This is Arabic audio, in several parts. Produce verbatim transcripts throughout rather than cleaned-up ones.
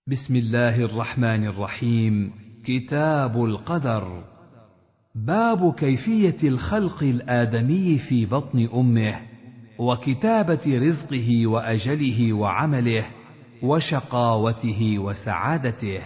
بسم الله الرحمن الرحيم. كتاب القدر. باب كيفية الخلق الآدمي في بطن أمه، وكتابة رزقه وأجله وعمله، وشقاوته وسعادته.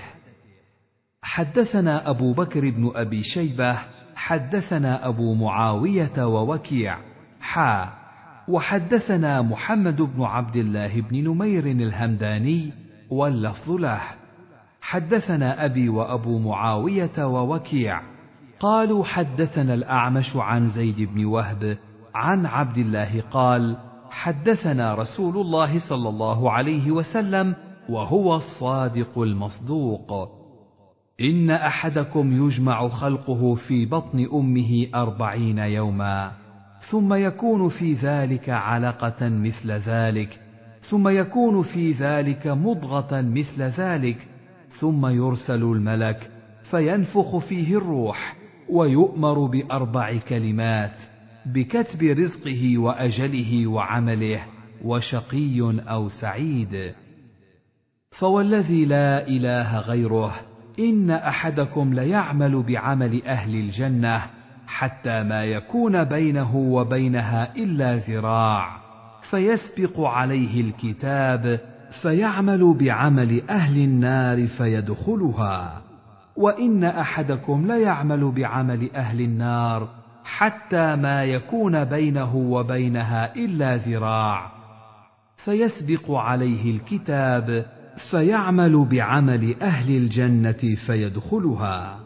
حدثنا أبو بكر بن أبي شيبة حدثنا أبو معاوية ووكيع حا وحدثنا محمد بن عبد الله بن نمير الهمداني واللفظ له. حدثنا أبي وأبو معاوية ووكيع قالوا حدثنا الأعمش عن زيد بن وهب عن عبد الله قال حدثنا رسول الله صلى الله عليه وسلم وهو الصادق المصدوق: إن أحدكم يجمع خلقه في بطن أمه أربعين يوما، ثم يكون في ذلك علقة مثل ذلك، ثم يكون في ذلك مضغة مثل ذلك، ثم يرسل الملك فينفخ فيه الروح، ويؤمر بأربع كلمات: بكتب رزقه وأجله وعمله، وشقي أو سعيد. فوالذي لا إله غيره إن أحدكم ليعمل بعمل أهل الجنة حتى ما يكون بينه وبينها إلا ذراع، فيسبق عليه الكتاب فيعمل بعمل أهل النار فيدخلها، وإن أحدكم ليعمل بعمل أهل النار حتى ما يكون بينه وبينها إلا ذراع، فيسبق عليه الكتاب فيعمل بعمل أهل الجنة فيدخلها.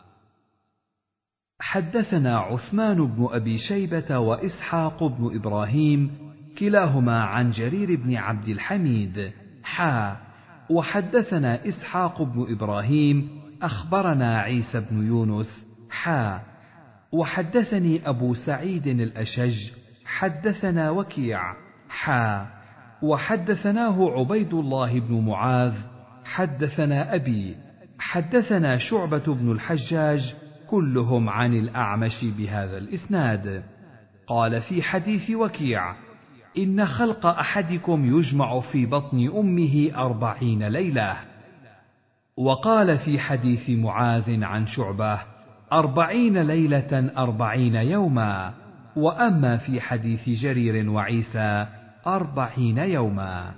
حدثنا عثمان بن أبي شيبة وإسحاق بن إبراهيم كلاهما عن جرير بن عبد الحميد حا وحدثنا إسحاق بن إبراهيم أخبرنا عيسى بن يونس حا وحدثني أبو سعيد الأشج حدثنا وكيع حا وحدثناه عبيد الله بن معاذ حدثنا أبي حدثنا شعبة بن الحجاج كلهم عن الأعمش بهذا الإسناد. قال في حديث وكيع: إن خلق أحدكم يجمع في بطن أمه أربعين ليلة. وقال في حديث معاذ عن شعبة: أربعين ليلة أربعين يوما. وأما في حديث جرير وعيسى أربعين يوما.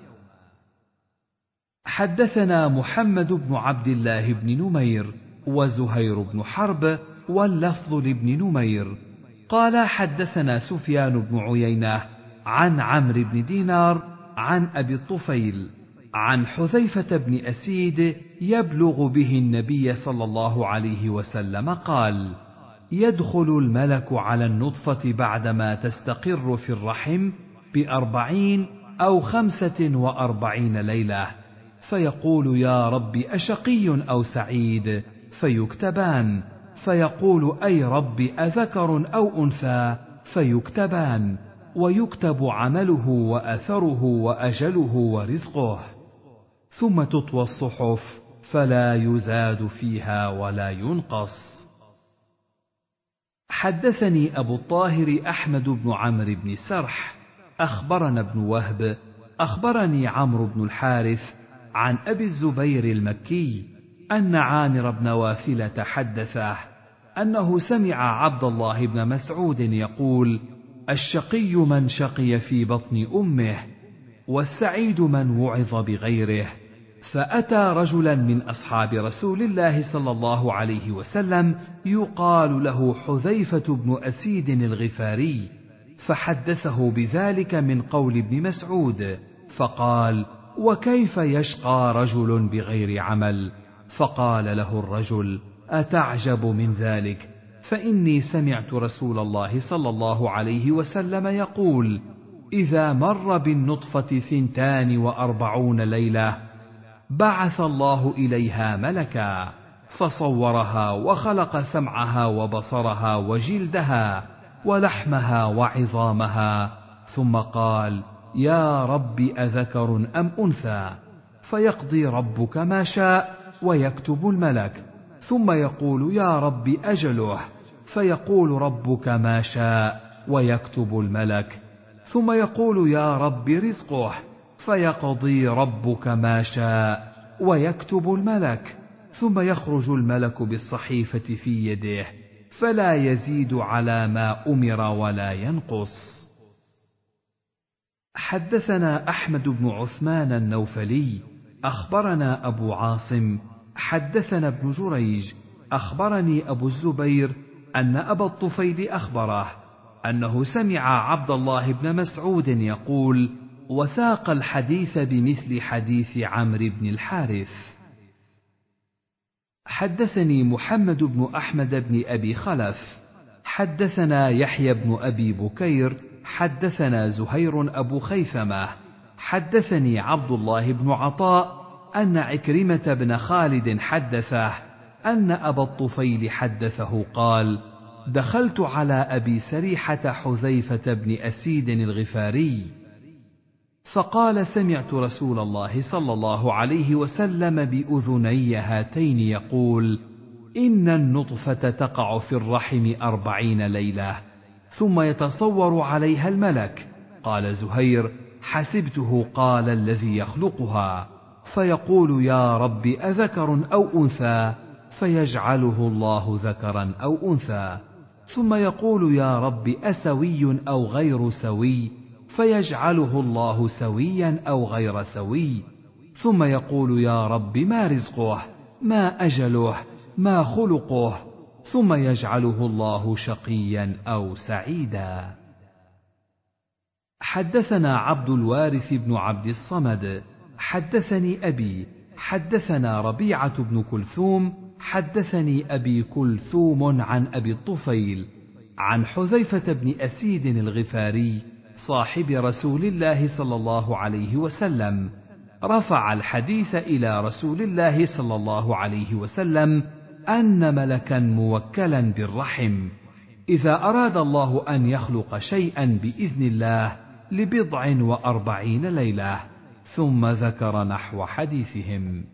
حدثنا محمد بن عبد الله بن نمير وزهير بن حرب واللفظ لابن نمير قال حدثنا سفيان بن عيينة عن عمرو بن دينار عن أبي الطفيل عن حذيفة بن أسيد يبلغ به النبي صلى الله عليه وسلم قال: يدخل الملك على النطفة بعدما تستقر في الرحم بأربعين أو خمسة وأربعين ليلة، فيقول: يا رب أشقي أو سعيد؟ فيكتبان. فيقول: أي رب أذكر أو أنثى؟ فيكتبان. ويكتب عمله وأثره وأجله ورزقه، ثم تطوى الصحف فلا يزاد فيها ولا ينقص. حدثني أبو الطاهر أحمد بن عمرو بن سرح أخبرنا ابن وهب أخبرني عمرو بن الحارث عن أبي الزبير المكي أن عامر بن واثلة حدثه أنه سمع عبد الله بن مسعود يقول: الشقي من شقي في بطن أمه، والسعيد من وعظ بغيره. فأتى رجلا من أصحاب رسول الله صلى الله عليه وسلم يقال له حذيفة بن أسيد الغفاري، فحدثه بذلك من قول ابن مسعود، فقال: وكيف يشقى رجل بغير عمل؟ فقال له الرجل: أتعجب من ذلك؟ فإني سمعت رسول الله صلى الله عليه وسلم يقول: إذا مر بالنطفة ثنتان وأربعون ليلة بعث الله إليها ملكا، فصورها وخلق سمعها وبصرها وجلدها ولحمها وعظامها، ثم قال: يا رب أذكر أم أنثى؟ فيقضي ربك ما شاء ويكتب الملك، ثم يقول: يا رب أجله؟ فيقول ربك ما شاء ويكتب الملك، ثم يقول: يا رب رزقه؟ فيقضي ربك ما شاء ويكتب الملك، ثم يخرج الملك بالصحيفة في يده، فلا يزيد على ما أمر ولا ينقص. حدثنا أحمد بن عثمان النوفلي أخبرنا أبو عاصم حدثنا ابن جريج أخبرني أبو الزبير أن أبا الطفيل أخبره أنه سمع عبد الله بن مسعود يقول: وساق الحديث بمثل حديث عمرو بن الحارث. حدثني محمد بن أحمد بن أبي خلف حدثنا يحيى بن أبي بكير حدثنا زهير أبو خيثمة حدثني عبد الله بن عطاء أن عكرمة بن خالد حدثه أن أبا الطفيل حدثه قال: دخلت على أبي سريحة حذيفة بن أسيد الغفاري فقال: سمعت رسول الله صلى الله عليه وسلم بأذني هاتين يقول: إن النطفة تقع في الرحم أربعين ليلة ثم يتصور عليها الملك. قال زهير: حسبته قال الذي يخلقها، فيقول: يا رب أذكر أو أنثى؟ فيجعله الله ذكرا أو أنثى. ثم يقول: يا رب أسوي أو غير سوي؟ فيجعله الله سويا أو غير سوي. ثم يقول: يا رب ما رزقه؟ ما أجله؟ ما خلقه؟ ثم يجعله الله شقيا أو سعيدا. حدثنا عبد الوارث بن عبد الصمد حدثني أبي حدثنا ربيعة بن كلثوم حدثني أبي كلثوم عن أبي الطفيل عن حذيفة بن أسيد الغفاري صاحب رسول الله صلى الله عليه وسلم، رفع الحديث إلى رسول الله صلى الله عليه وسلم أن ملكا موكلا بالرحم إذا أراد الله أن يخلق شيئا بإذن الله لبضع وأربعين ليلة، ثم ذكر نحو حديثهم.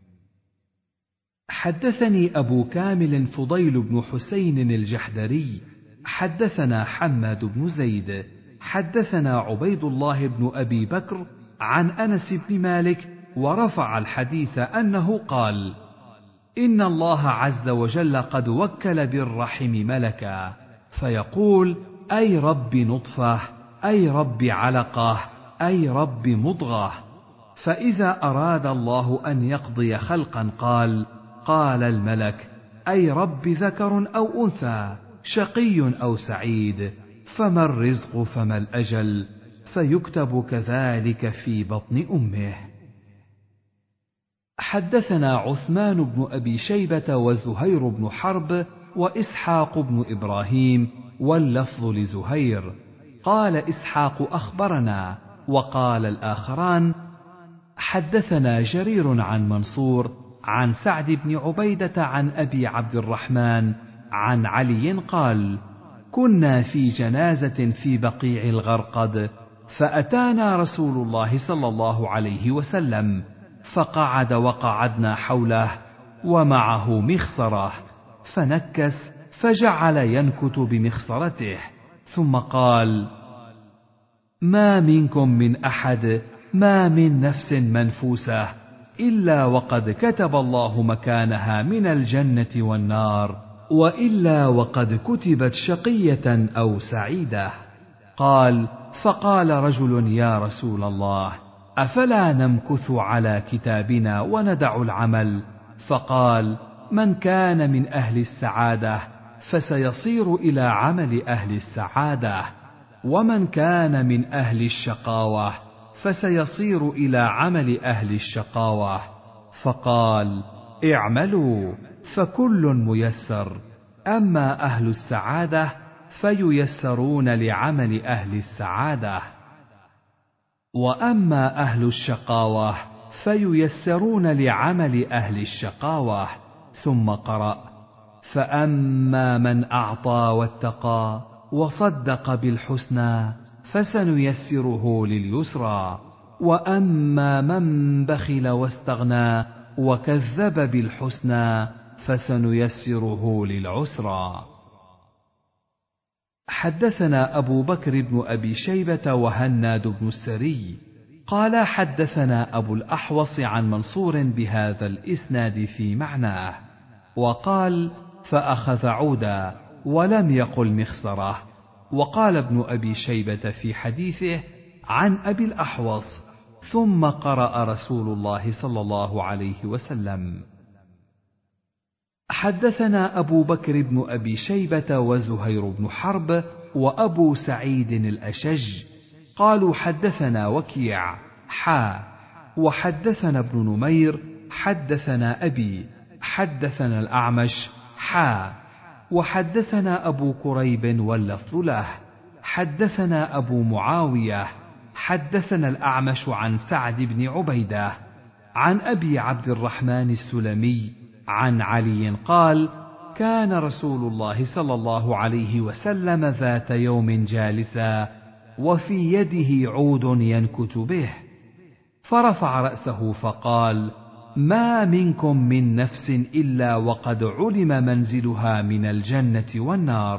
حدثني أبو كامل فضيل بن حسين الجحدري حدثنا حماد بن زيد حدثنا عبيد الله بن أبي بكر عن أنس بن مالك ورفع الحديث أنه قال: إن الله عز وجل قد وكل بالرحم ملكا فيقول: أي رب نطفة، أي رب علقة، أي رب مضغة. فإذا أراد الله أن يقضي خلقا قال قال الملك: أي رب ذكر أو أنثى، شقي أو سعيد، فما الرزق فما الأجل، فيكتب كذلك في بطن أمه. حدثنا عثمان بن أبي شيبة وزهير بن حرب وإسحاق بن إبراهيم واللفظ لزهير. قال إسحاق: أخبرنا. وقال الآخران: حدثنا جرير عن منصور عن سعد بن عبيدة عن أبي عبد الرحمن عن علي قال: كنا في جنازة في بقيع الغرقد، فأتانا رسول الله صلى الله عليه وسلم، فقعد وقعدنا حوله ومعه مخصرة، فنكس فجعل ينكت بمخصرته، ثم قال: ما منكم من أحد، ما من نفس منفوسة إلا وقد كتب الله مكانها من الجنة والنار، وإلا وقد كتبت شقية أو سعيدة. قال: فقال رجل: يا رسول الله، أفلا نمكث على كتابنا وندع العمل؟ فقال: من كان من أهل السعادة فسيصير إلى عمل أهل السعادة، ومن كان من أهل الشقاوة فسيصير إلى عمل أهل الشقاوة. فقال: اعملوا فكل ميسر، أما أهل السعادة فييسرون لعمل أهل السعادة، وأما أهل الشقاوة فييسرون لعمل أهل الشقاوة. ثم قرأ: فأما من أعطى واتقى وصدق بالحسنى فسنيسره لليسرى، وأما من بخل واستغنى وكذب بالحسنى فسنيسره للعسرى. حدثنا أبو بكر بن أبي شيبة وهناد بن السري قال حدثنا أبو الأحوص عن منصور بهذا الإسناد في معناه، وقال فأخذ عودا ولم يقل مخصرة. وقال ابن أبي شيبة في حديثه عن أبي الأحوص ثم قرأ رسول الله صلى الله عليه وسلم. حدثنا أبو بكر بن أبي شيبة وزهير بن حرب وأبو سعيد الأشج قالوا حدثنا وكيع حا وحدثنا ابن نمير حدثنا أبي حدثنا الأعمش حا وحدثنا أبو كريب واللفظ له حدثنا أبو معاوية حدثنا الأعمش عن سعد بن عبيدة عن أبي عبد الرحمن السلمي عن علي قال كان رسول الله صلى الله عليه وسلم ذات يوم جالسا وفي يده عود ينكت به، فرفع رأسه فقال ما منكم من نفس إلا وقد علم منزلها من الجنة والنار.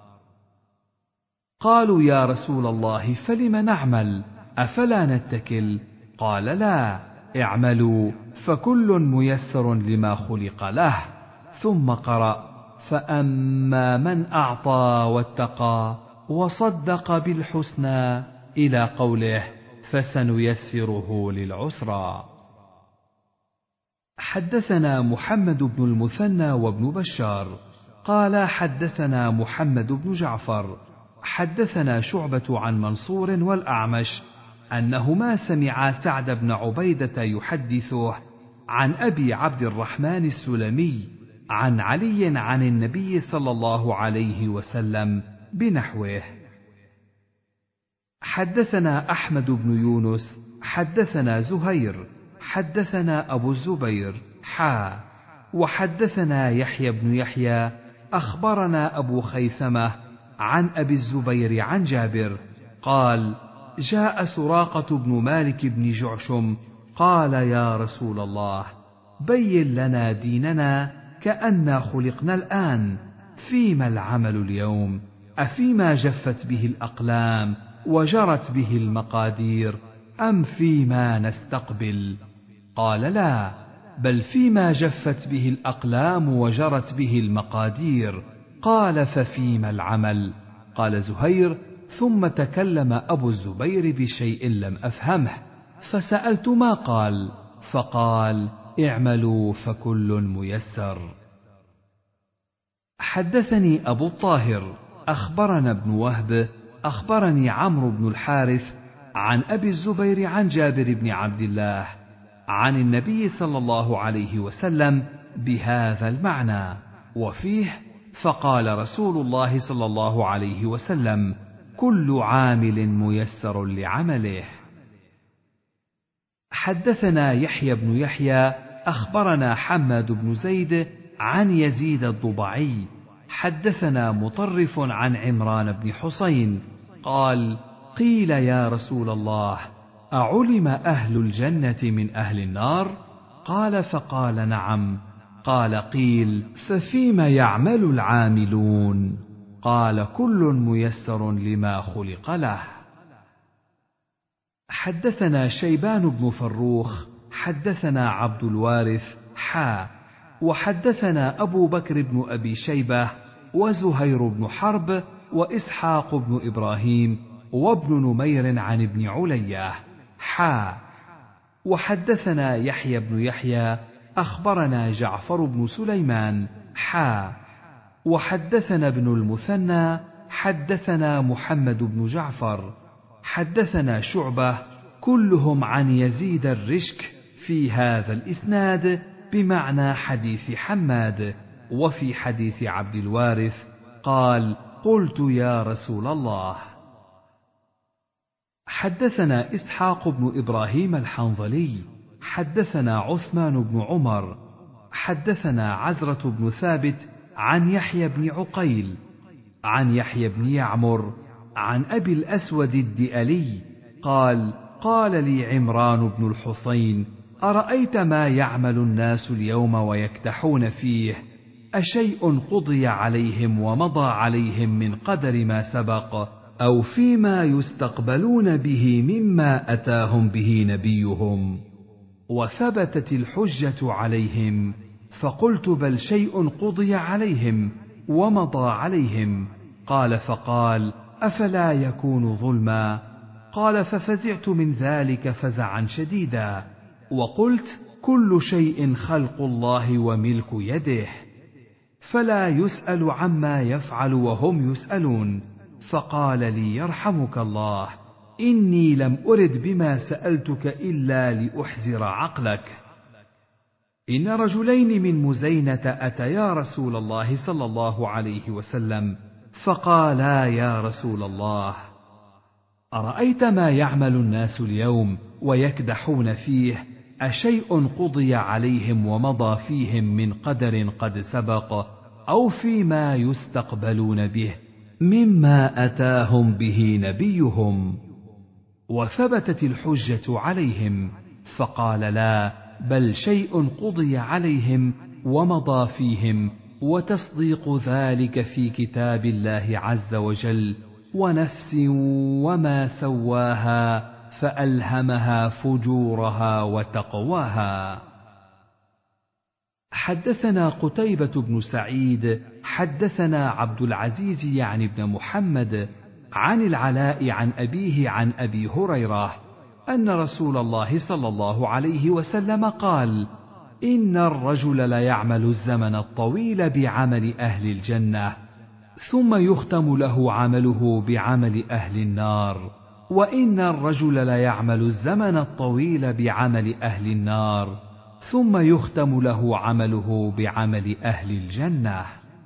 قالوا يا رسول الله فلم نعمل أفلا نتكل؟ قال لا، اعملوا فكل ميسر لما خلق له. ثم قرأ فأما من أعطى واتقى وصدق بالحسنى إلى قوله فسنيسره للعسرى. حدثنا محمد بن المثنى وابن بشار قال حدثنا محمد بن جعفر حدثنا شعبة عن منصور والأعمش أنهما سمعا سعد بن عبيدة يحدثه عن أبي عبد الرحمن السلمي عن علي عن النبي صلى الله عليه وسلم بنحوه. حدثنا أحمد بن يونس حدثنا زهير حدثنا أبو الزبير حا وحدثنا يحيى بن يحيى أخبرنا أبو خيثمة عن أبي الزبير عن جابر قال جاء سراقة بن مالك بن جعشم قال يا رسول الله بين لنا ديننا كأننا خلقنا الآن، فيما العمل اليوم؟ أفيما جفت به الأقلام وجرت به المقادير أم فيما نستقبل؟ قال لا، بل فيما جفت به الأقلام وجرت به المقادير. قال ففيما العمل؟ قال زهير ثم تكلم أبو الزبير بشيء لم أفهمه فسألت ما قال، فقال اعملوا فكل ميسر. حدثني أبو الطاهر أخبرنا ابن وهب أخبرني عمرو بن الحارث عن أبي الزبير عن جابر بن عبد الله عن النبي صلى الله عليه وسلم بهذا المعنى، وفيه فقال رسول الله صلى الله عليه وسلم كل عامل ميسر لعمله. حدثنا يحيى بن يحيى أخبرنا حماد بن زيد عن يزيد الضبعي حدثنا مطرف عن عمران بن حسين قال قيل يا رسول الله أعلم أهل الجنة من أهل النار؟ قال فقال نعم. قال قيل ففيما يعمل العاملون؟ قال كل ميسر لما خلق له. حدثنا شيبان بن فروخ حدثنا عبد الوارث حا وحدثنا أبو بكر بن أبي شيبة وزهير بن حرب وإسحاق بن إبراهيم وابن نمير عن ابن علية حا وحدثنا يحيى بن يحيى أخبرنا جعفر بن سليمان حا وحدثنا ابن المثنى حدثنا محمد بن جعفر حدثنا شعبة كلهم عن يزيد الرشك في هذا الإسناد بمعنى حديث حماد. وفي حديث عبد الوارث قال قلت يا رسول الله. حدثنا إسحاق بن إبراهيم الحنظلي حدثنا عثمان بن عمر حدثنا عزرة بن ثابت عن يحيى بن عقيل عن يحيى بن يعمر عن أبي الأسود الدئلي قال قال لي عمران بن الحصين أرأيت ما يعمل الناس اليوم ويكدحون فيه، أشيء قضي عليهم ومضى عليهم من قدر ما سبق أو فيما يستقبلون به مما أتاهم به نبيهم. وثبتت الحجة عليهم، فقلت بل شيء قضي عليهم ومضى عليهم. قال فقال أفلا يكون ظلما؟ قال ففزعت من ذلك فزعا شديدا، وقلت كل شيء خلق الله وملك يده، فلا يسأل عما يفعل وهم يسألون. فقال لي يرحمك الله إني لم أرد بما سألتك إلا لأحزر عقلك. إن رجلين من مزينة أتيا رسول الله صلى الله عليه وسلم فقالا يا رسول الله أرأيت ما يعمل الناس اليوم ويكدحون فيه، أشيء قضي عليهم ومضى فيهم من قدر قد سبق، أو فيما يستقبلون به مما أتاهم به نبيهم؟ وثبتت الحجة عليهم، فقال لا، بل شيء قضي عليهم ومضى فيهم، وتصديق ذلك في كتاب الله عز وجل. ونفس وما سواها فألهمها فجورها وتقواها. حدثنا قتيبة بن سعيد حدثنا عبد العزيز يعني بن محمد عن العلاء عن أبيه عن أبي هريرة أن رسول الله صلى الله عليه وسلم قال: إن الرجل ليعمل الزمن الطويل بعمل أهل الجنة، ثم يختم له عمله بعمل أهل النار، وإن الرجل ليعمل الزمن الطويل بعمل أهل النار، ثم يختم له عمله بعمل أهل الجنة.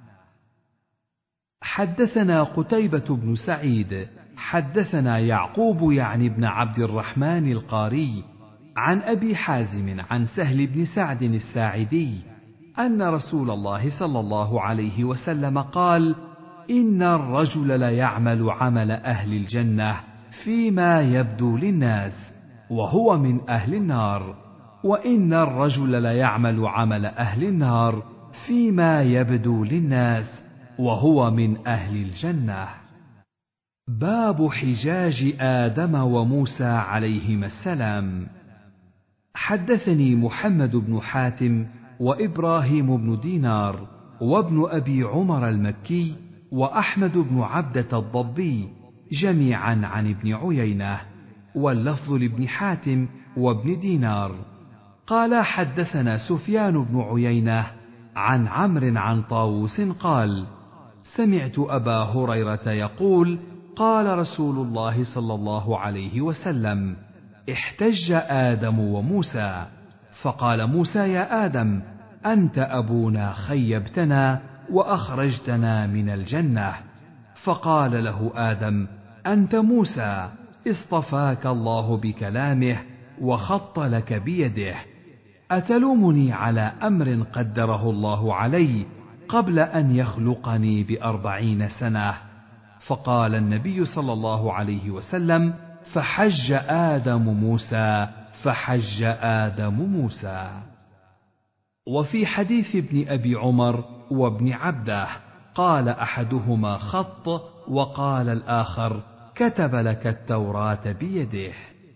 حدثنا قتيبة بن سعيد حدثنا يعقوب يعني بن عبد الرحمن القاري عن أبي حازم عن سهل بن سعد الساعدي أن رسول الله صلى الله عليه وسلم قال: إن الرجل ليعمل عمل أهل الجنة فيما يبدو للناس وهو من أهل النار، وإن الرجل ليعمل عمل أهل النار فيما يبدو للناس وهو من أهل الجنة. باب حجاج آدم وموسى عليهما السلام. حدثني محمد بن حاتم وإبراهيم بن دينار وابن أبي عمر المكي وأحمد بن عبدة الضبي جميعا عن ابن عيينة، واللفظ لابن حاتم وابن دينار قال: حدثنا سفيان بن عيينة عن عمرو عن طاووس قال: سمعت أبا هريرة يقول: قال رسول الله صلى الله عليه وسلم: احتج آدم وموسى، فقال موسى: يا آدم، أنت أبونا خيبتنا وأخرجتنا من الجنة. فقال له آدم: أنت موسى، اصطفاك الله بكلامه وخط لك بيده، أتلومني على أمر قدره الله علي قبل أن يخلقني بأربعين سنة؟ فقال النبي صلى الله عليه وسلم: فحج آدم موسى، فحج آدم موسى. وفي حديث ابن أبي عمر وابن عبده قال أحدهما خط، وقال الآخر كتب لك التوراة بيده.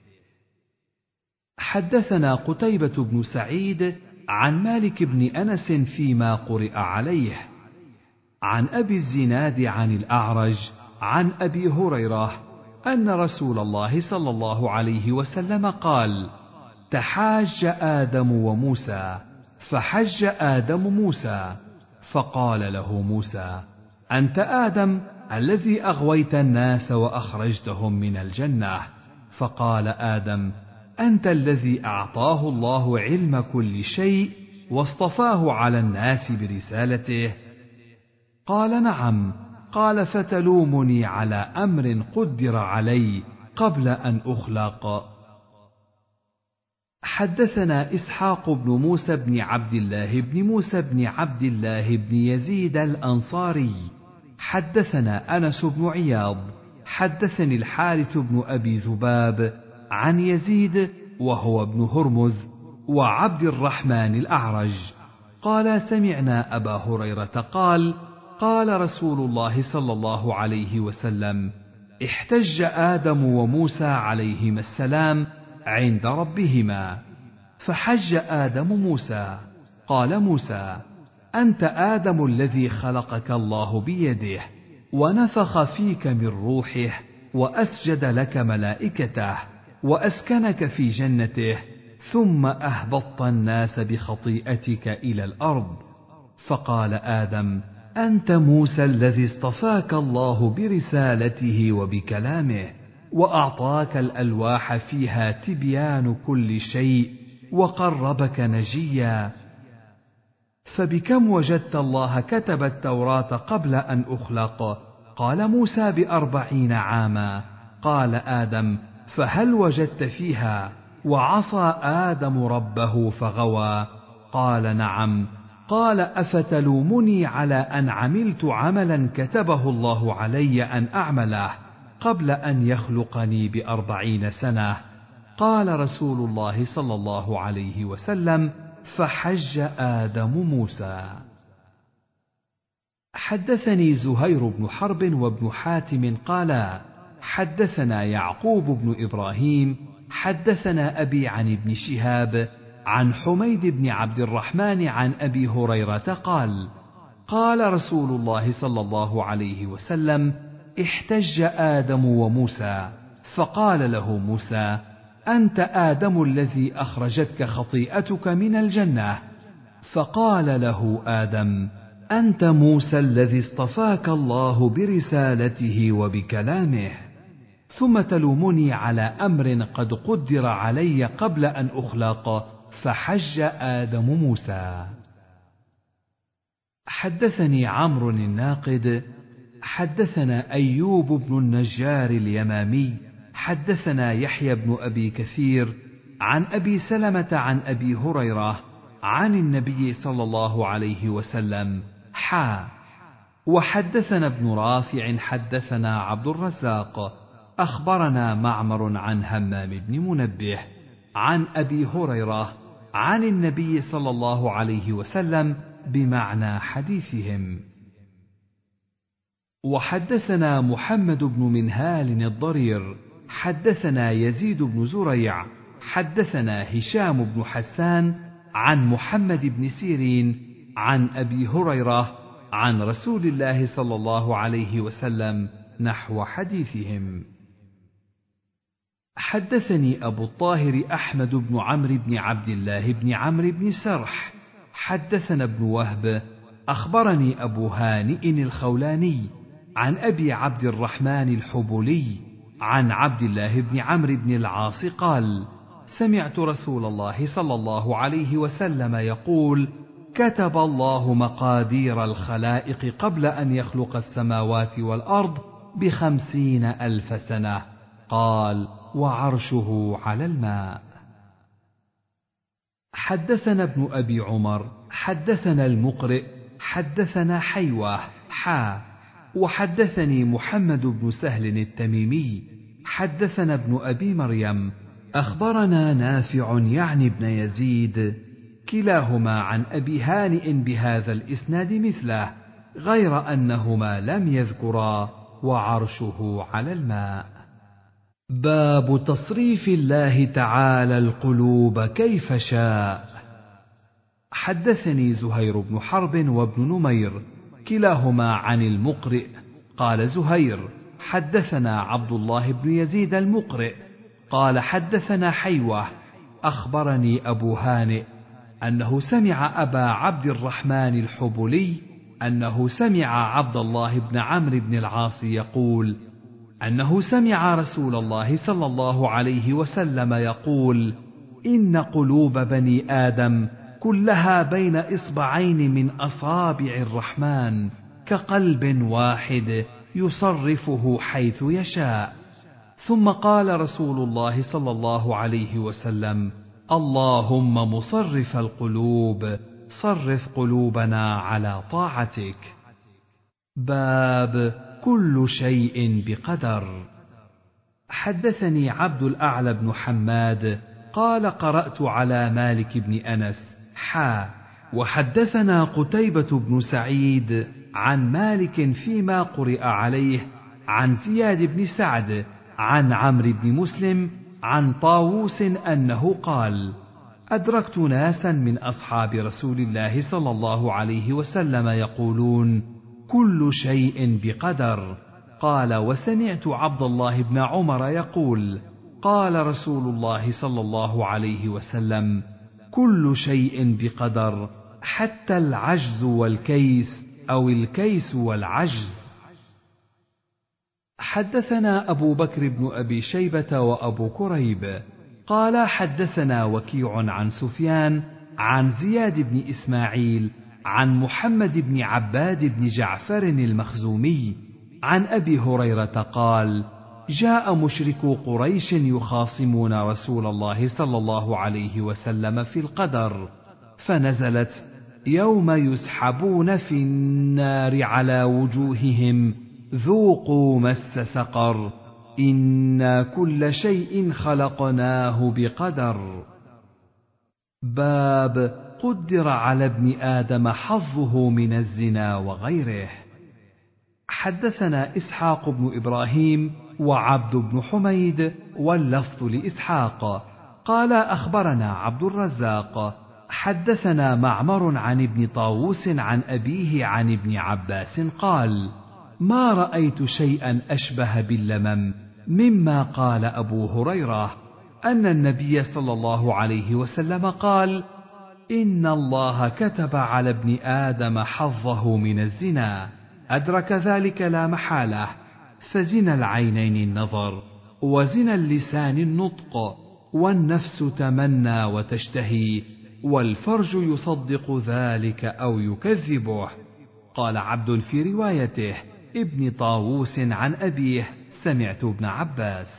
حدثنا قتيبة بن سعيد عن مالك بن أنس فيما قرئ عليه عن أبي الزناد عن الأعرج عن أبي هريرة أن رسول الله صلى الله عليه وسلم قال: تحاج آدم وموسى، فحج آدم موسى، فقال له موسى: أنت آدم الذي أغويت الناس وأخرجتهم من الجنة. فقال آدم: أنت الذي أعطاه الله علم كل شيء واصطفاه على الناس برسالته. قال: نعم. قال: فتلومني على أمر قدر علي قبل أن أخلق. حدثنا إسحاق بن موسى بن عبد الله بن موسى بن عبد الله بن يزيد الأنصاري حدثنا أنس بن عياض حدثني الحارث بن أبي ذباب عن يزيد وهو ابن هرمز وعبد الرحمن الأعرج قال: سمعنا أبا هريرة قال: قال رسول الله صلى الله عليه وسلم: احتج آدم وموسى عليهما السلام عند ربهما، فحج آدم موسى. قال موسى: أنت آدم الذي خلقك الله بيده، ونفخ فيك من روحه، وأسجد لك ملائكته، وأسكنك في جنته، ثم أهبطت الناس بخطيئتك إلى الأرض. فقال آدم: أنت موسى الذي اصطفاك الله برسالته وبكلامه، وأعطاك الألواح فيها تبيان كل شيء، وقربك نجيا. فبكم وجدت الله كتب التوراة قبل أن أخلق؟ قال موسى: بأربعين عاما. قال آدم: فهل وجدت فيها وعصى آدم ربه فغوى؟ قال: نعم. قال: أفتلومني على أن عملت عملا كتبه الله علي أن أعمله قبل أن يخلقني بأربعين سنة؟ قال رسول الله صلى الله عليه وسلم: فحج آدم موسى. حدثني زهير بن حرب وابن حاتم قالا: حدثنا يعقوب بن إبراهيم حدثنا أبي عن ابن شهاب عن حميد بن عبد الرحمن عن أبي هريرة قال: قال رسول الله صلى الله عليه وسلم: احتج آدم وموسى، فقال له موسى: أنت آدم الذي أخرجتك خطيئتك من الجنة. فقال له آدم: أنت موسى الذي اصطفاك الله برسالته وبكلامه، ثم تلومني على أمر قد قدر علي قبل أن أخلق. فحج آدم موسى. حدثني عمرو الناقد حدثنا أيوب بن النجار اليمامي حدثنا يحيى بن أبي كثير عن أبي سلمة عن أبي هريرة عن النبي صلى الله عليه وسلم حا. وحدثنا ابن رافع حدثنا عبد الرزاق أخبرنا معمر عن همام بن منبه عن أبي هريرة عن النبي صلى الله عليه وسلم بمعنى حديثهم. وحدثنا محمد بن منهال الضرير حدثنا يزيد بن زريع حدثنا هشام بن حسان عن محمد بن سيرين عن أبي هريرة عن رسول الله صلى الله عليه وسلم نحو حديثهم. حدثني أبو الطاهر أحمد بن عمرو بن عبد الله بن عمرو بن سرح حدثنا ابن وهب أخبرني أبو هانئ الخولاني عن أبي عبد الرحمن الحبولي عن عبد الله بن عمرو بن العاص قال: سمعت رسول الله صلى الله عليه وسلم يقول: كتب الله مقادير الخلائق قبل أن يخلق السماوات والأرض بخمسين ألف سنة. قال: وعرشه على الماء. حدثنا ابن أبي عمر حدثنا المقرئ حدثنا حيوة حا. وحدثني محمد بن سهل التميمي حدثنا ابن أبي مريم أخبرنا نافع يعني ابن يزيد كلاهما عن أبي هانئ بهذا الإسناد مثله، غير أنهما لم يذكرا وعرشه على الماء. باب تصريف الله تعالى القلوب كيف شاء. حدثني زهير بن حرب وابن نمير كلاهما عن المقرئ قال زهير: حدثنا عبد الله بن يزيد المقرئ قال: حدثنا حيوة أخبرني أبو هانئ أنه سمع أبا عبد الرحمن الحبلي أنه سمع عبد الله بن عمرو بن العاص يقول أنه سمع رسول الله صلى الله عليه وسلم يقول: إن قلوب بني آدم كلها بين إصبعين من أصابع الرحمن كقلب واحد يصرفه حيث يشاء. ثم قال رسول الله صلى الله عليه وسلم: اللهم مصرف القلوب صرف قلوبنا على طاعتك. باب كل شيء بقدر. حدثني عبد الأعلى بن حماد قال: قرأت على مالك بن أنس حا. وحدثنا قتيبة بن سعيد عن مالك فيما قرئ عليه عن زياد بن سعد عن عمرو بن مسلم عن طاووس أنه قال: أدركت ناسا من أصحاب رسول الله صلى الله عليه وسلم يقولون: كل شيء بقدر. قال: وسمعت عبد الله بن عمر يقول: قال رسول الله صلى الله عليه وسلم: كل شيء بقدر، حتى العجز والكيس، أو الكيس والعجز. حدثنا أبو بكر بن أبي شيبة وأبو كريب قال حدثنا وكيع عن سفيان عن زياد بن إسماعيل عن محمد بن عباد بن جعفر المخزومي عن أبي هريرة قال: جاء مشركو قريش يخاصمون رسول الله صلى الله عليه وسلم في القدر، فنزلت: يوم يسحبون في النار على وجوههم ذوقوا مس سقر، إنا كل شيء خلقناه بقدر. باب قدر على ابن آدم حظه من الزنا وغيره. حدثنا إسحاق بن إبراهيم وعبد بن حميد واللفظ لإسحاق قال أخبرنا عبد الرزاق حدثنا معمر عن ابن طاووس عن أبيه عن ابن عباس قال: ما رأيت شيئا أشبه باللمم مما قال أبو هريرة، أن النبي صلى الله عليه وسلم قال: إن الله كتب على ابن آدم حظه من الزنا، أدرك ذلك لا محالة، فزنا العينين النظر، وزنا اللسان النطق، والنفس تمنى وتشتهي، والفرج يصدق ذلك أو يكذبه. قال عبد في روايته: ابن طاووس عن أبيه سمعت ابن عباس.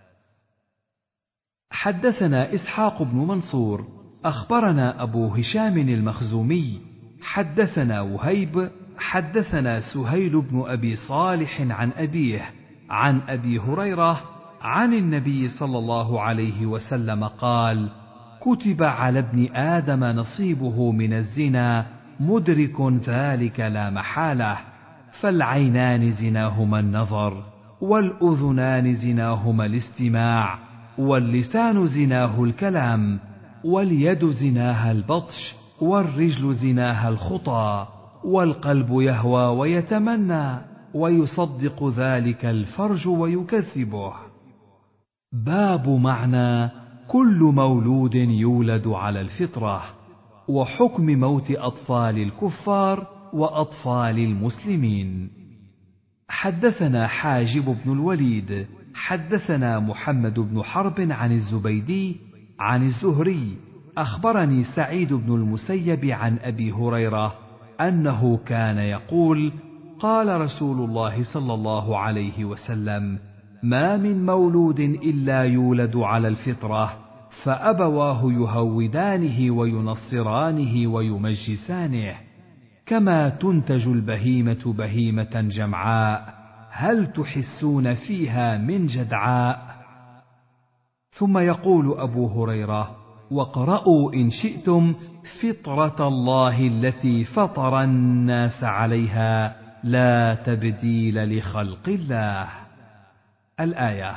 حدثنا إسحاق بن منصور أخبرنا أبو هشام المخزومي حدثنا وهيب حدثنا سهيل بن أبي صالح عن أبيه عن أبي هريرة عن النبي صلى الله عليه وسلم قال: كتب على ابن آدم نصيبه من الزنا، مدرك ذلك لا محالة، فالعينان زناهما النظر، والأذنان زناهما الاستماع، واللسان زناه الكلام، واليد زناها البطش، والرجل زناها الخطى، والقلب يهوى ويتمنى، ويصدق ذلك الفرج ويكذبه. باب معنى كل مولود يولد على الفطرة، وحكم موت أطفال الكفار وأطفال المسلمين. حدثنا حاجب بن الوليد حدثنا محمد بن حرب عن الزبيدي عن الزهري أخبرني سعيد بن المسيب عن أبي هريرة أنه كان يقول: قال رسول الله صلى الله عليه وسلم: ما من مولود إلا يولد على الفطرة، فأبواه يهودانه وينصرانه ويمجسانه، كما تنتج البهيمة بهيمة جمعاء، هل تحسون فيها من جدعاء؟ ثم يقول أبو هريرة: واقرأوا إن شئتم فطرة الله التي فطر الناس عليها، لا تبديل لخلق الله. الآية.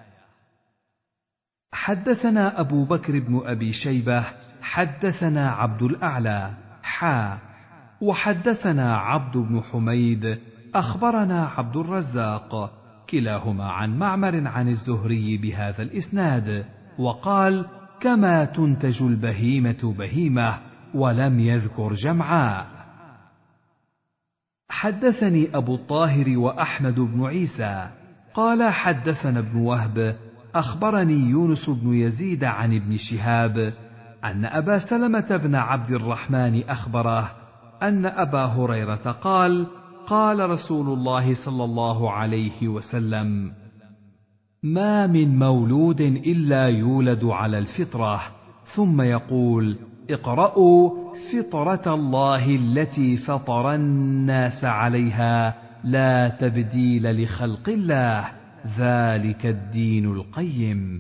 حدثنا أبو بكر بن أبي شيبة حدثنا عبد الأعلى حا وحدثنا عبد بن حميد أخبرنا عبد الرزاق كلاهما عن معمر عن الزهري بهذا الإسناد، وقال: كما تنتج البهيمة بهيمة، ولم يذكر جمعاء. حدثني أبو الطاهر وأحمد بن عيسى قال حدثنا ابن وهب أخبرني يونس بن يزيد عن ابن شهاب أن أبا سلمة بن عبد الرحمن أخبره أن أبا هريرة قال: قال رسول الله صلى الله عليه وسلم: ما من مولود إلا يولد على الفطرة، ثم يقول: اقرأوا فطرة الله التي فطر الناس عليها، لا تبديل لخلق الله، ذلك الدين القيم.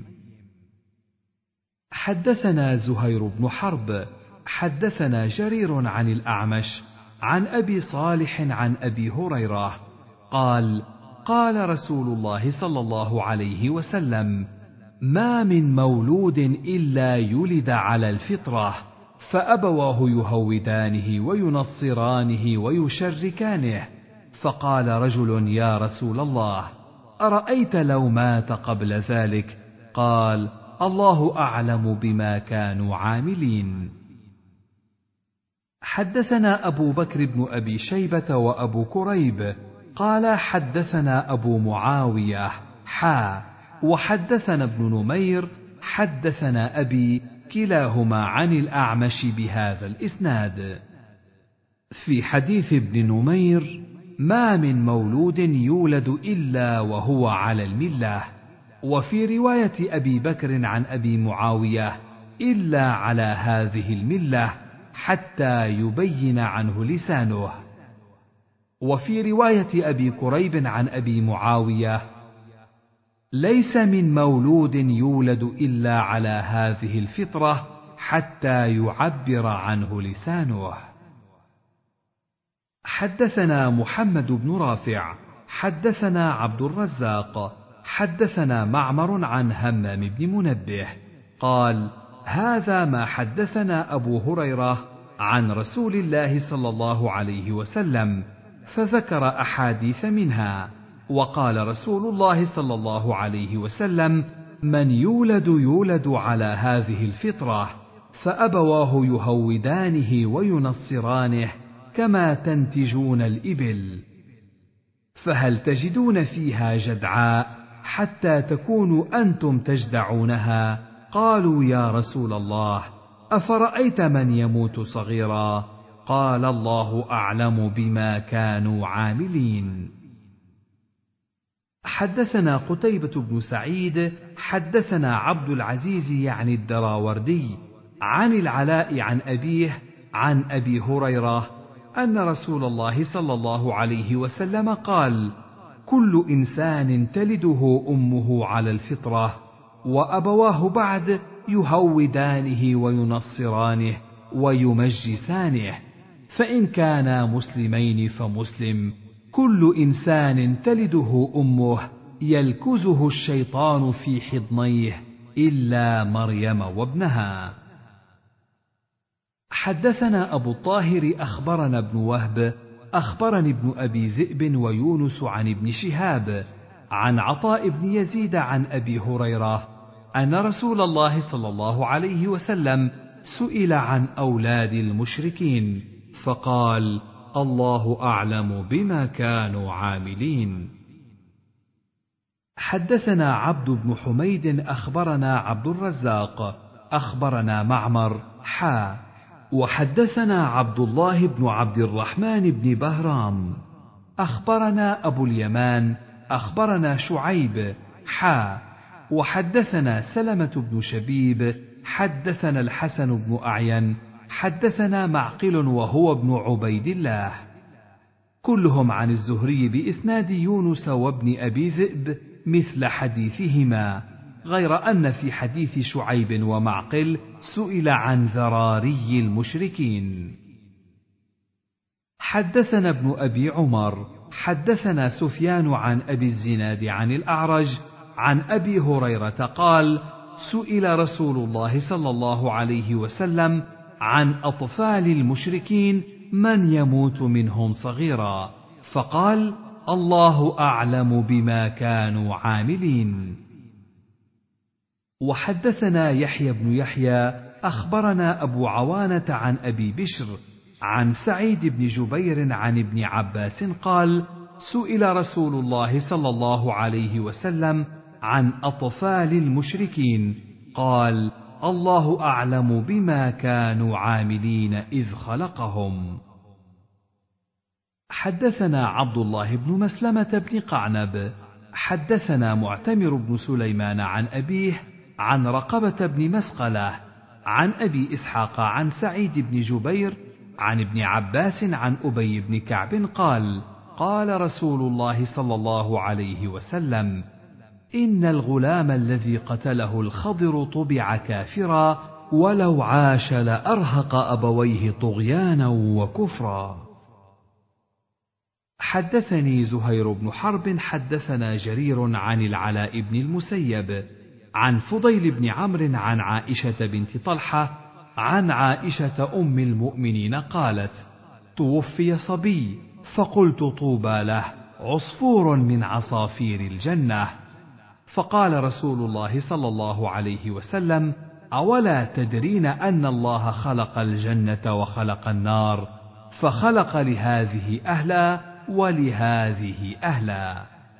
حدثنا زهير بن حرب حدثنا جرير عن الأعمش عن أبي صالح عن أبي هريرة قال: قال رسول الله صلى الله عليه وسلم: ما من مولود إلا يولد على الفطرة، فأبواه يهودانه وينصرانه ويشركانه. فقال رجل: يا رسول الله، أرأيت لو مات قبل ذلك؟ قال: الله أعلم بما كانوا عاملين. حدثنا أبو بكر بن أبي شيبة وأبو كريب قال حدثنا أبو معاوية حا وحدثنا ابن نمير حدثنا أبي كلاهما عن الأعمش بهذا الإسناد. في حديث ابن نمير: ما من مولود يولد إلا وهو على الملة. وفي رواية أبي بكر عن أبي معاوية: إلا على هذه الملة حتى يبين عنه لسانه. وفي رواية أبي كريب عن أبي معاوية: ليس من مولود يولد إلا على هذه الفطرة حتى يعبر عنه لسانه. حدثنا محمد بن رافع حدثنا عبد الرزاق حدثنا معمر عن همام بن منبه قال: هذا ما حدثنا أبو هريرة عن رسول الله صلى الله عليه وسلم، فذكر أحاديث منها. وقال رسول الله صلى الله عليه وسلم: من يولد يولد على هذه الفطرة، فأبواه يهودانه وينصرانه كما تنتجون الإبل، فهل تجدون فيها جدعاء حتى تكونوا أنتم تجدعونها؟ قالوا: يا رسول الله، أفرأيت من يموت صغيرا؟ قال: الله أعلم بما كانوا عاملين. حدثنا قتيبة بن سعيد حدثنا عبد العزيز يعني الدراوردي عن العلاء عن أبيه عن أبي هريرة أن رسول الله صلى الله عليه وسلم قال: كل إنسان تلده أمه على الفطرة، وأبواه بعد يهودانه وينصرانه ويمجسانه، فإن كانا مسلمين فمسلم. كل إنسان تلده أمه يلكزه الشيطان في حضنيه إلا مريم وابنها. حدثنا أبو الطاهر أخبرنا ابن وهب أخبرني ابن أبي ذئب ويونس عن ابن شهاب عن عطاء بن يزيد عن أبي هريرة أن رسول الله صلى الله عليه وسلم سئل عن أولاد المشركين فقال: الله أعلم بما كانوا عاملين. حدثنا عبد بن حميد أخبرنا عبد الرزاق أخبرنا معمر حا وحدثنا عبد الله بن عبد الرحمن بن بهرام أخبرنا أبو اليمان أخبرنا شعيب حا وحدثنا سلمة بن شبيب حدثنا الحسن بن أعين حدثنا معقل وهو ابن عبيد الله كلهم عن الزهري بإسناد يونس وابن أبي ذئب مثل حديثهما، غير أن في حديث شعيب ومعقل سئل عن ذراري المشركين. حدثنا ابن أبي عمر حدثنا سفيان عن أبي الزناد عن الأعرج عن أبي هريرة قال: سئل رسول الله صلى الله عليه وسلم عن أطفال المشركين من يموت منهم صغيرا، فقال: الله أعلم بما كانوا عاملين. وحدثنا يحيى بن يحيى أخبرنا أبو عوانة عن أبي بشر عن سعيد بن جبير عن ابن عباس قال: سئل رسول الله صلى الله عليه وسلم عن أطفال المشركين قال: الله أعلم بما كانوا عاملين إذ خلقهم. حدثنا عبد الله بن مسلمة بن قعنب حدثنا معتمر بن سليمان عن أبيه عن رقبة بن مسقلة عن أبي إسحاق عن سعيد بن جبير عن ابن عباس عن أبي بن كعب قال: قال رسول الله صلى الله عليه وسلم: إن الغلام الذي قتله الخضر طبع كافرا ولو عاش لأرهق أبويه طغيانا وكفرا. حدثني زهير بن حرب حدثنا جرير عن العلاء بن المسيب عن فضيل بن عمرو عن عائشة بنت طلحة عن عائشة أم المؤمنين قالت: توفي صبي فقلت: طوبى له، عصفور من عصافير الجنة. فقال رسول الله صلى الله عليه وسلم: أولا تدرين أن الله خلق الجنة وخلق النار، فخلق لهذه أهلا ولهذه أهلا.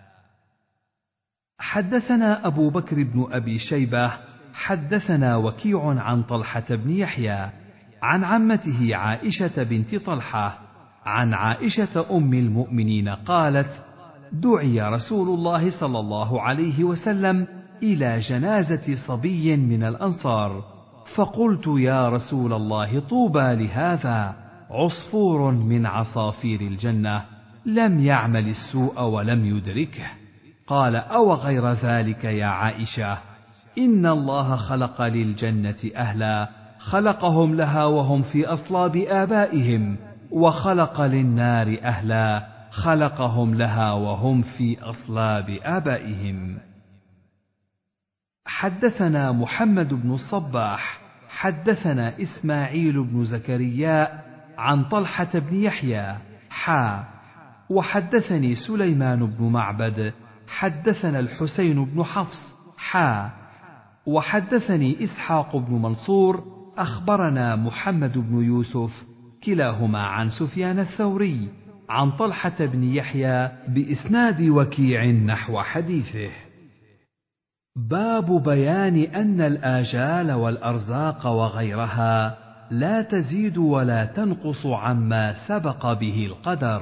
حدثنا أبو بكر بن أبي شيبة حدثنا وكيع عن طلحة بن يحيى عن عمته عائشة بنت طلحة عن عائشة أم المؤمنين قالت: دعي رسول الله صلى الله عليه وسلم إلى جنازة صبي من الأنصار، فقلت: يا رسول الله، طوبى لهذا، عصفور من عصافير الجنة، لم يعمل السوء ولم يدركه. قال: أو غير ذلك يا عائشة، إن الله خلق للجنة أهلا، خلقهم لها وهم في أصلاب آبائهم، وخلق للنار أهلا، خلقهم لها وهم في أصلاب آبائهم. حدثنا محمد بن الصباح حدثنا إسماعيل بن زكريا عن طلحة بن يحيى حا وحدثني سليمان بن معبد حدثنا الحسين بن حفص حا وحدثني إسحاق بن منصور أخبرنا محمد بن يوسف كلاهما عن سفيان الثوري عن طلحة بن يحيى بإسناد وكيع نحو حديثه. باب بيان أن الآجال والأرزاق وغيرها لا تزيد ولا تنقص عما سبق به القدر.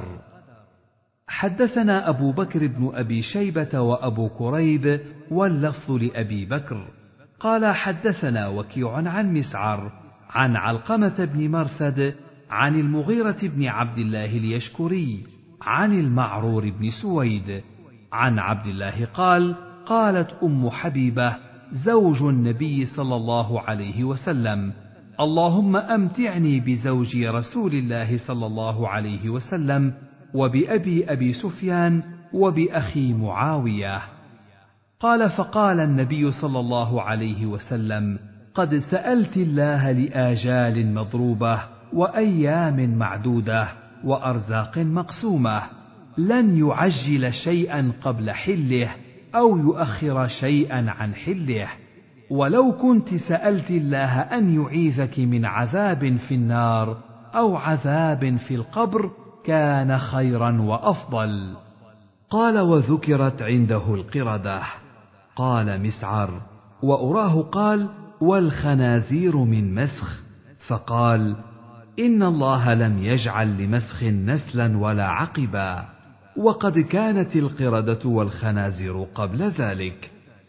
حدثنا أبو بكر بن أبي شيبة وأبو كريب واللفظ لأبي بكر قال: حدثنا وكيع عن مسعر عن علقمة بن مرثد عن المغيرة بن عبد الله اليشكري عن المعرور بن سويد عن عبد الله قال: قالت أم حبيبة زوج النبي صلى الله عليه وسلم: اللهم أمتعني بزوجي رسول الله صلى الله عليه وسلم وبأبي أبي سفيان وبأخي معاوية. قال: فقال النبي صلى الله عليه وسلم: قد سألت الله لآجال مضروبة وأيام معدودة وأرزاق مقسومة، لن يعجل شيئا قبل حله أو يؤخر شيئا عن حله، ولو كنت سألت الله أن يعيذك من عذاب في النار أو عذاب في القبر كان خيرا وأفضل. قال: وذكرت عنده القردة. قال مسعر: وأراه قال: والخنازير من مسخ، فقال: إن الله لم يجعل لمسخ نسلا ولا عقبا، وقد كانت القردة والخنازير قبل ذلك.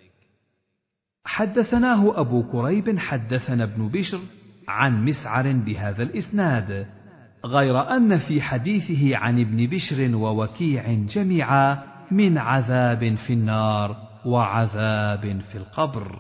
حدثناه أبو كريب حدثنا ابن بشر عن مسعر بهذا الإسناد، غير أن في حديثه عن ابن بشر ووكيع جميعا من عذاب في النار وعذاب في القبر.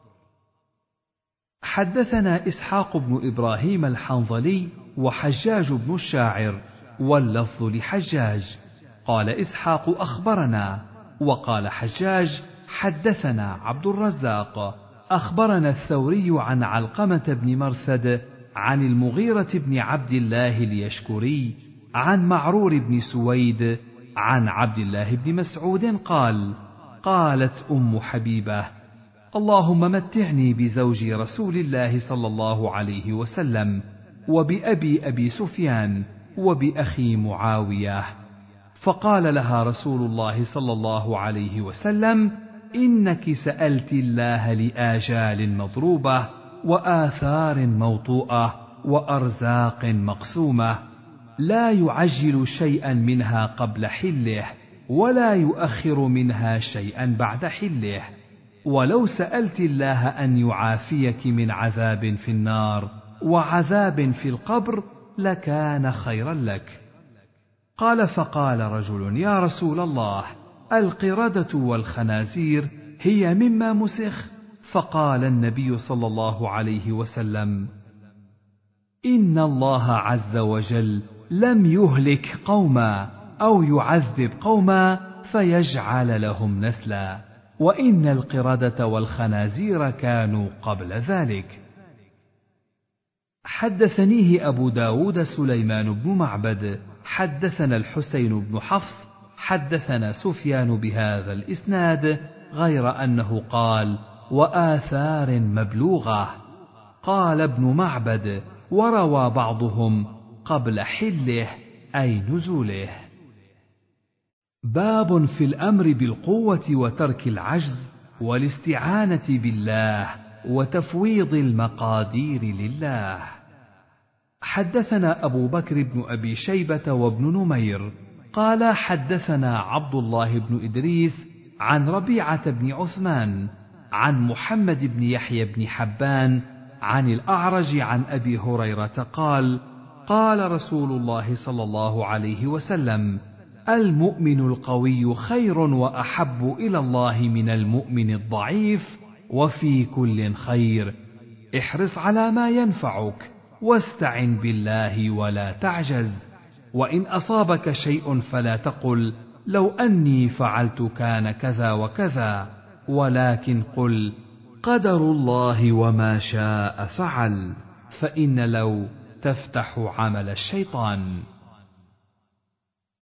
حدثنا إسحاق بن إبراهيم الحنظلي وحجاج بن الشاعر واللفظ لحجاج قال إسحاق: أخبرنا، وقال حجاج: حدثنا عبد الرزاق أخبرنا الثوري عن علقمة بن مرثد عن المغيرة بن عبد الله اليشكري عن معرور بن سويد عن عبد الله بن مسعود قال: قالت أم حبيبة: اللهم متعني بزوج رسول الله صلى الله عليه وسلم وبأبي أبي سفيان وبأخي معاوية. فقال لها رسول الله صلى الله عليه وسلم: إنك سألت الله لآجال مضروبة وآثار موطوءة وأرزاق مقسومة، لا يعجل شيئا منها قبل حله ولا يؤخر منها شيئا بعد حله، ولو سألت الله أن يعافيك من عذاب في النار وعذاب في القبر لكان خيرا لك. قال: فقال رجل: يا رسول الله، القردة والخنازير هي مما مسخ؟ فقال النبي صلى الله عليه وسلم: إن الله عز وجل لم يهلك قوما أو يعذب قوما فيجعل لهم نسلا، وإن القردة والخنازير كانوا قبل ذلك. حدثنيه أبو داود سليمان بن معبد حدثنا الحسين بن حفص حدثنا سفيان بهذا الإسناد، غير أنه قال: وآثار مبلوغة. قال ابن معبد: وروى بعضهم قبل حله أي نزوله. باب في الأمر بالقوة وترك العجز والاستعانة بالله وتفويض المقادير لله. حدثنا أبو بكر بن أبي شيبة وابن نمير قال حدثنا عبد الله بن إدريس عن ربيعة بن عثمان عن محمد بن يحيى بن حبان عن الأعرج عن أبي هريرة قال: قال رسول الله صلى الله عليه وسلم: المؤمن القوي خير وأحب إلى الله من المؤمن الضعيف، وفي كل خير، احرص على ما ينفعك واستعن بالله ولا تعجز، وإن أصابك شيء فلا تقل لو أني فعلت كان كذا وكذا، ولكن قل قدر الله وما شاء فعل، فإن لو تفتح عمل الشيطان.